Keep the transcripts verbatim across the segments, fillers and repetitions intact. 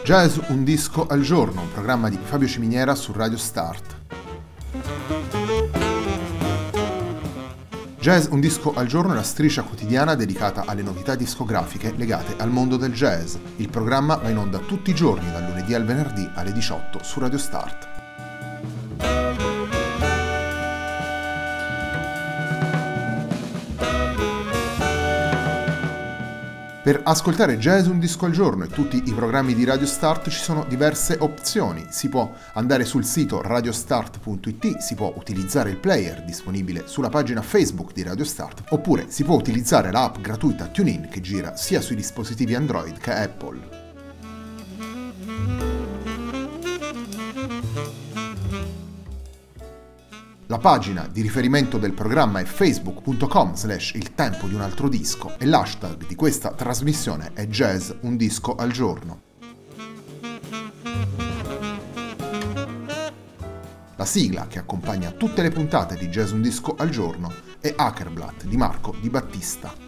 Jazz un disco al giorno, un programma di Fabio Ciminiera su Radio Start. Jazz un disco al giorno è la striscia quotidiana dedicata alle novità discografiche legate al mondo del jazz. Il programma va in onda tutti i giorni, dal lunedì al venerdì alle diciotto su Radio Start. Per ascoltare Jazz un disco al giorno e tutti i programmi di Radio Start ci sono diverse opzioni. Si può andare sul sito radiostart punto it, si può utilizzare il player disponibile sulla pagina Facebook di Radio Start, oppure si può utilizzare l'app gratuita TuneIn che gira sia sui dispositivi Android che Apple. La pagina di riferimento del programma è facebook punto com slash il tempo di un altro disco e l'hashtag di questa trasmissione è Jazz un disco al giorno. La sigla che accompagna tutte le puntate di Jazz un disco al giorno è Ackerblatt di Marco Di Battista.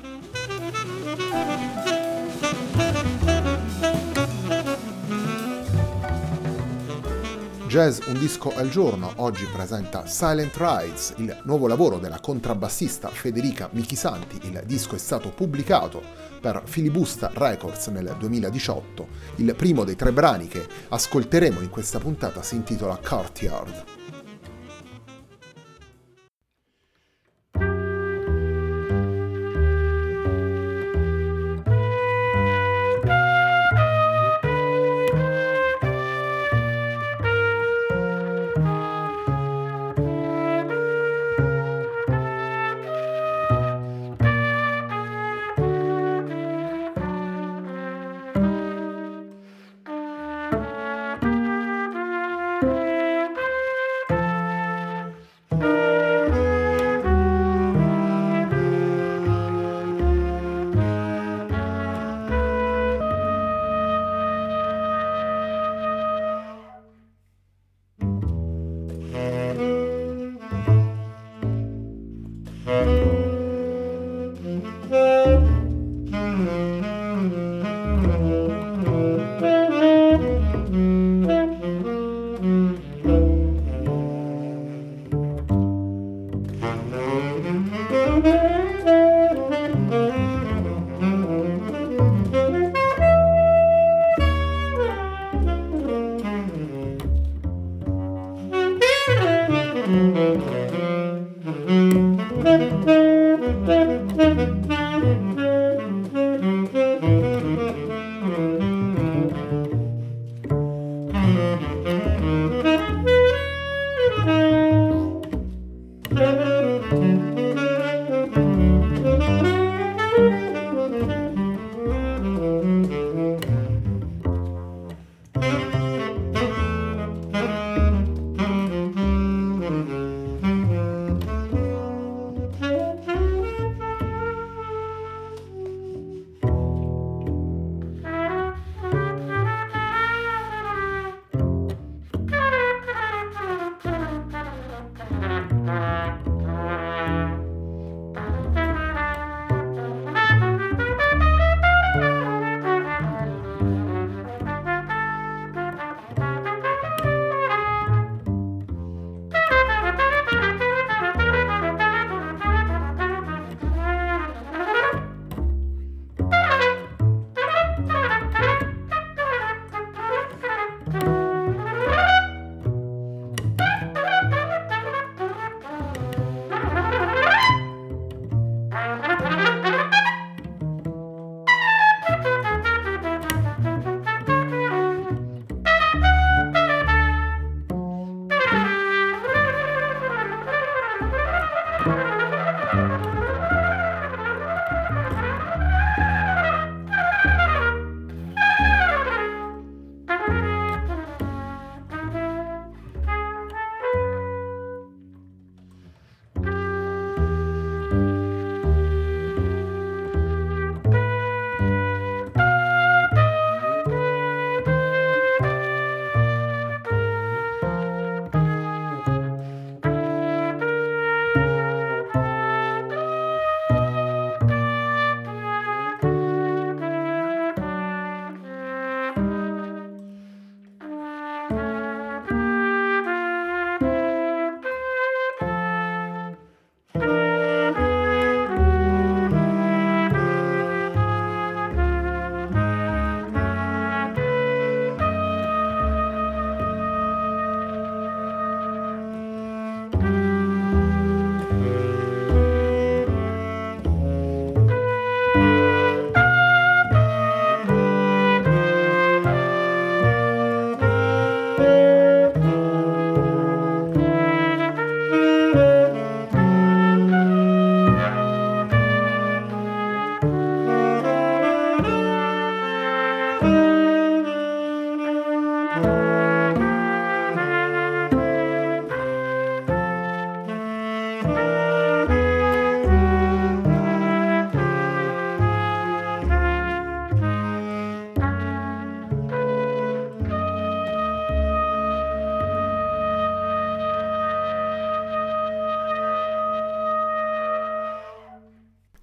Jazz un disco al giorno oggi presenta Silent Rides, il nuovo lavoro della contrabbassista Federica Michisanti. Il disco è stato pubblicato per Filibusta Records nel duemiladiciotto. Il primo dei tre brani che ascolteremo in questa puntata si intitola Courtyard.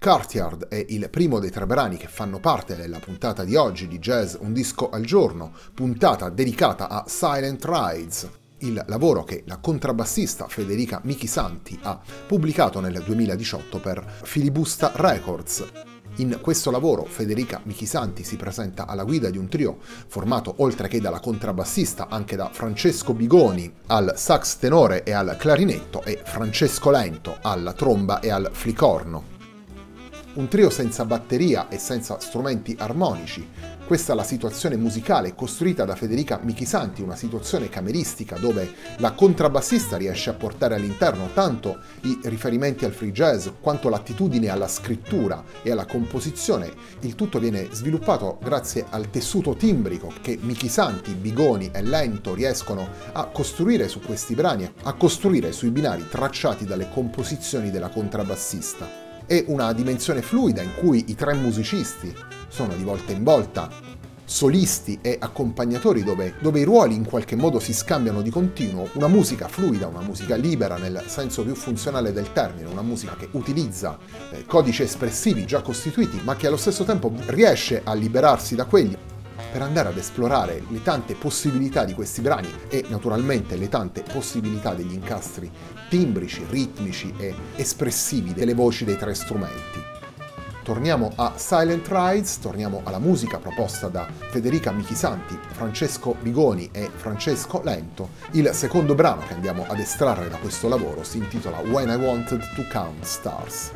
Courtyard è il primo dei tre brani che fanno parte della puntata di oggi di Jazz Un Disco al Giorno, puntata dedicata a Silent Rides, il lavoro che la contrabbassista Federica Michisanti ha pubblicato nel duemiladiciotto per Filibusta Records. In questo lavoro Federica Michisanti si presenta alla guida di un trio formato oltre che dalla contrabbassista anche da Francesco Bigoni al sax tenore e al clarinetto e Francesco Lento alla tromba e al flicorno. Un trio senza batteria e senza strumenti armonici. Questa è la situazione musicale costruita da Federica Michisanti, una situazione cameristica dove la contrabbassista riesce a portare all'interno tanto i riferimenti al free jazz quanto l'attitudine alla scrittura e alla composizione. Il tutto viene sviluppato grazie al tessuto timbrico che Michisanti, Bigoni e Lento riescono a costruire su questi brani, a costruire sui binari tracciati dalle composizioni della contrabbassista. È una dimensione fluida in cui i tre musicisti sono di volta in volta solisti e accompagnatori dove, dove i ruoli in qualche modo si scambiano di continuo, una musica fluida, una musica libera nel senso più funzionale del termine, una musica che utilizza eh, codici espressivi già costituiti ma che allo stesso tempo riesce a liberarsi da quelli per andare ad esplorare le tante possibilità di questi brani e naturalmente le tante possibilità degli incastri timbrici, ritmici e espressivi delle voci dei tre strumenti. Torniamo a Silent Rides, torniamo alla musica proposta da Federica Michisanti, Francesco Bigoni e Francesco Lento. Il secondo brano che andiamo ad estrarre da questo lavoro si intitola When I Wanted to Count Stars.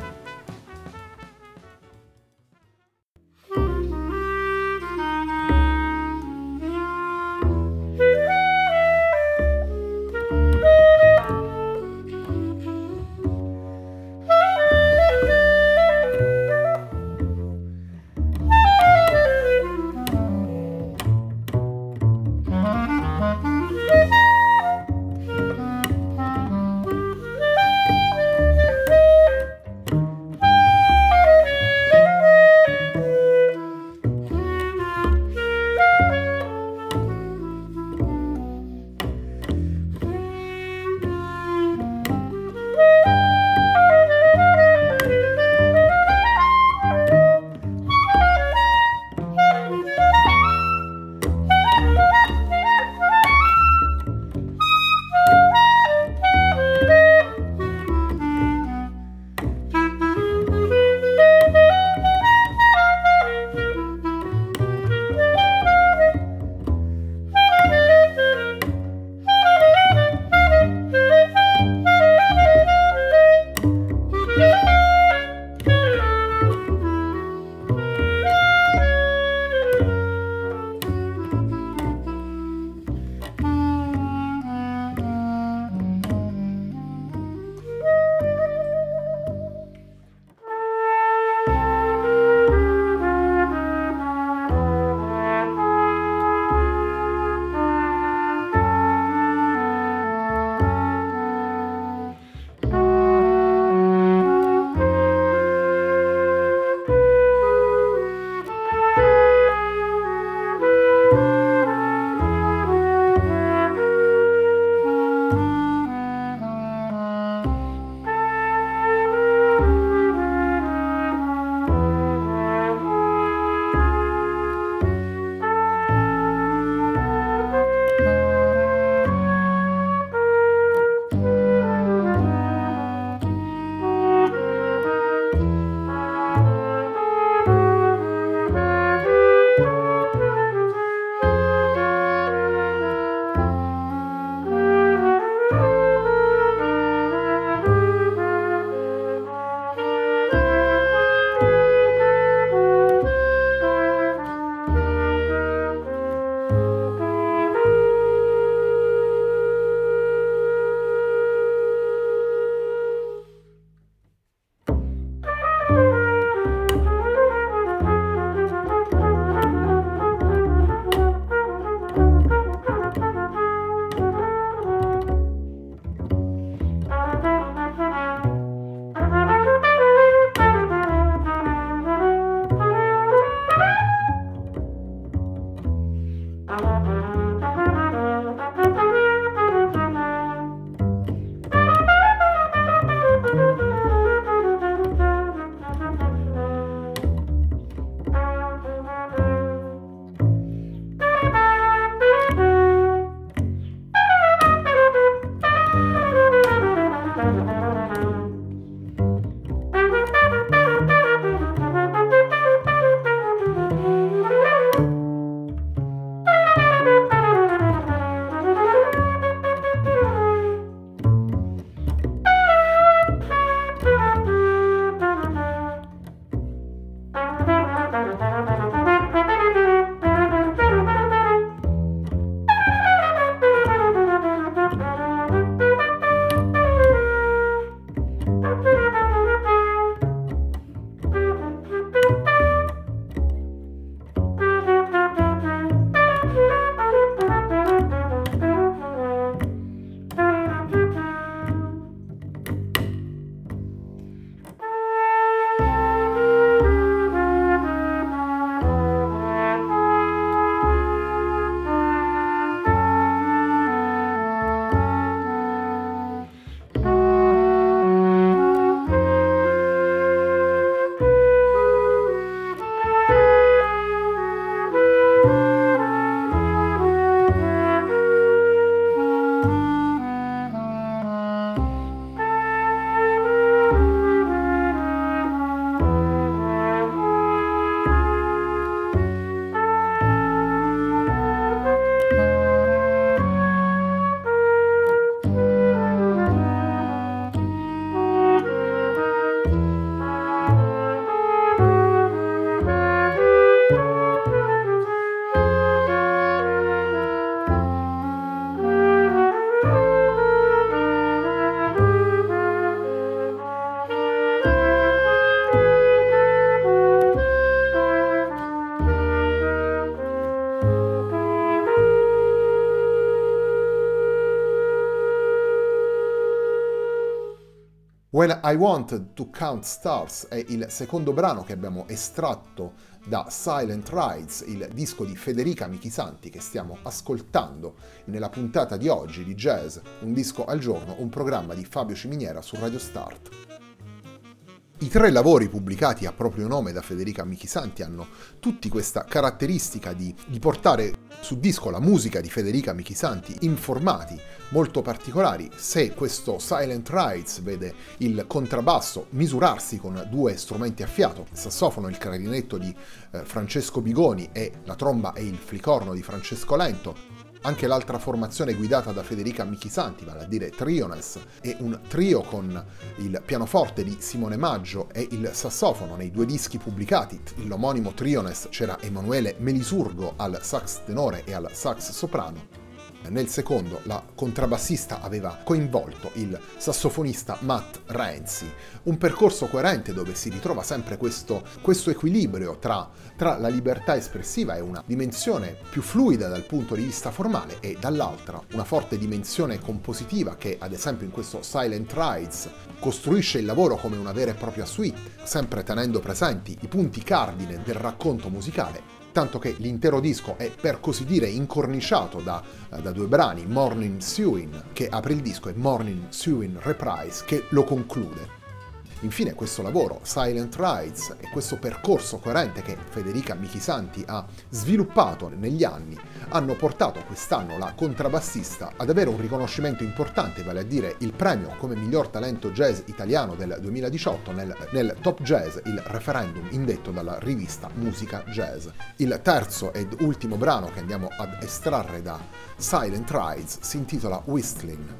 When I Wanted to Count Stars è il secondo brano che abbiamo estratto da Silent Rides, il disco di Federica Michisanti che stiamo ascoltando nella puntata di oggi di Jazz, un disco al giorno, un programma di Fabio Ciminiera su Radio Start. I tre lavori pubblicati a proprio nome da Federica Michisanti hanno tutti questa caratteristica di, di portare su disco la musica di Federica Michisanti in formati molto particolari. Se questo Silent Rides vede il contrabbasso misurarsi con due strumenti a fiato, il sassofono e il clarinetto di eh, Francesco Bigoni e la tromba e il flicorno di Francesco Lento, anche l'altra formazione guidata da Federica Michisanti, vale a dire Triones, e un trio con il pianoforte di Simone Maggio e il sassofono nei due dischi pubblicati. L'omonimo Triones c'era Emanuele Melisurgo al sax tenore e al sax soprano. Nel secondo la contrabbassista aveva coinvolto il sassofonista Matt Renzi, un percorso coerente dove si ritrova sempre questo, questo equilibrio tra, tra la libertà espressiva e una dimensione più fluida dal punto di vista formale e dall'altra una forte dimensione compositiva che ad esempio in questo Silent Rides costruisce il lavoro come una vera e propria suite, sempre tenendo presenti i punti cardine del racconto musicale, tanto che l'intero disco è per così dire incorniciato da, da due brani, Morning Sewing che apre il disco e Morning Sewing Reprise che lo conclude. Infine questo lavoro, Silent Rides, e questo percorso coerente che Federica Michisanti ha sviluppato negli anni, hanno portato quest'anno la contrabbassista ad avere un riconoscimento importante, vale a dire il premio come miglior talento jazz italiano del duemiladiciotto nel, nel Top Jazz, il referendum indetto dalla rivista Musica Jazz. Il terzo ed ultimo brano che andiamo ad estrarre da Silent Rides si intitola Whistling.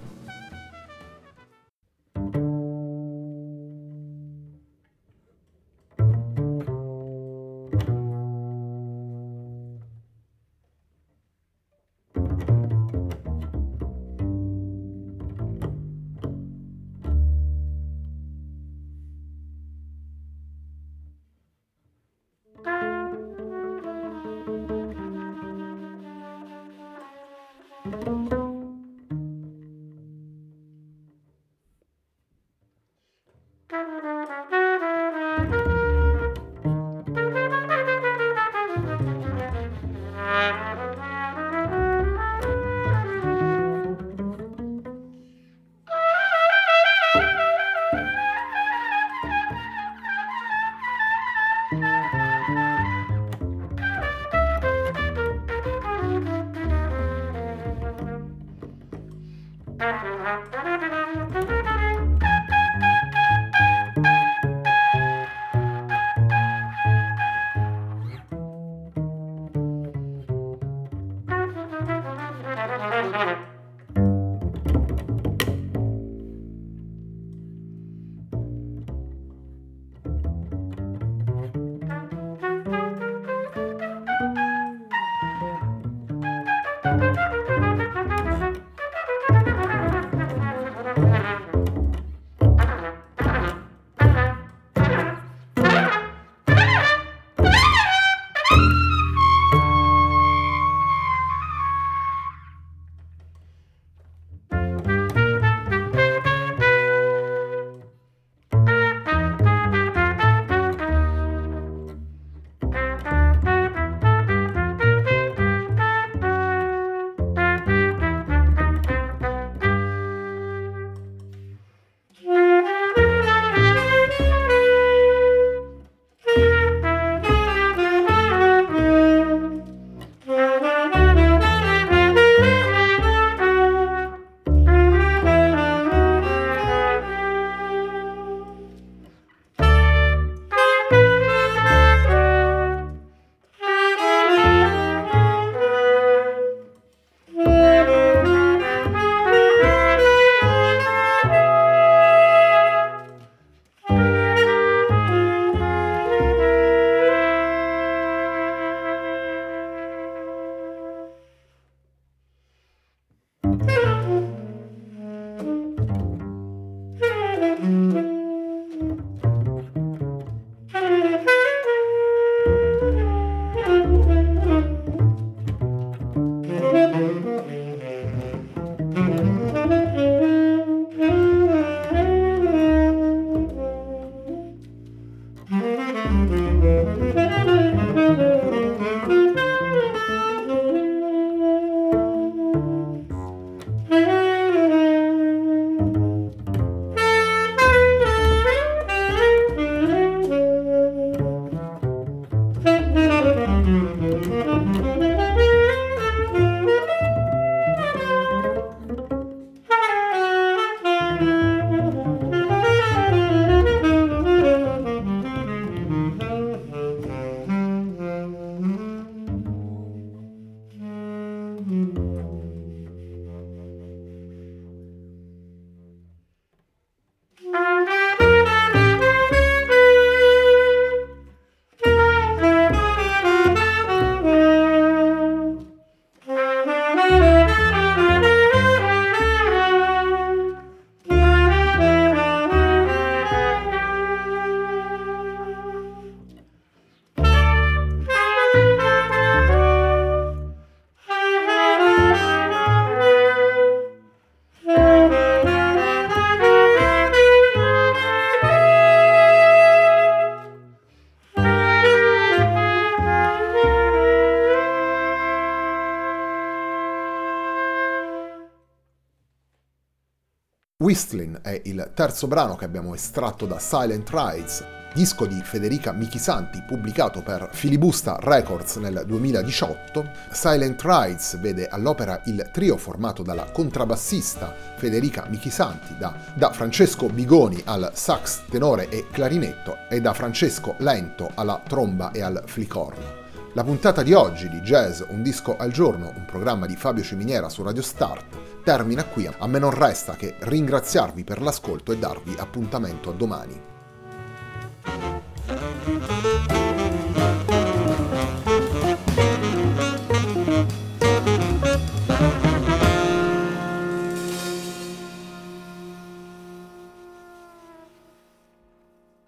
Whistling è il terzo brano che abbiamo estratto da Silent Rides, disco di Federica Michisanti pubblicato per Filibusta Records nel duemiladiciotto. Silent Rides vede all'opera il trio formato dalla contrabbassista Federica Michisanti, da, da Francesco Bigoni al sax tenore e clarinetto e da Francesco Lento alla tromba e al flicorno. La puntata di oggi di Jazz Un Disco al Giorno, un programma di Fabio Ciminiera su Radio Start, termina qui. A me non resta che ringraziarvi per l'ascolto e darvi appuntamento a domani.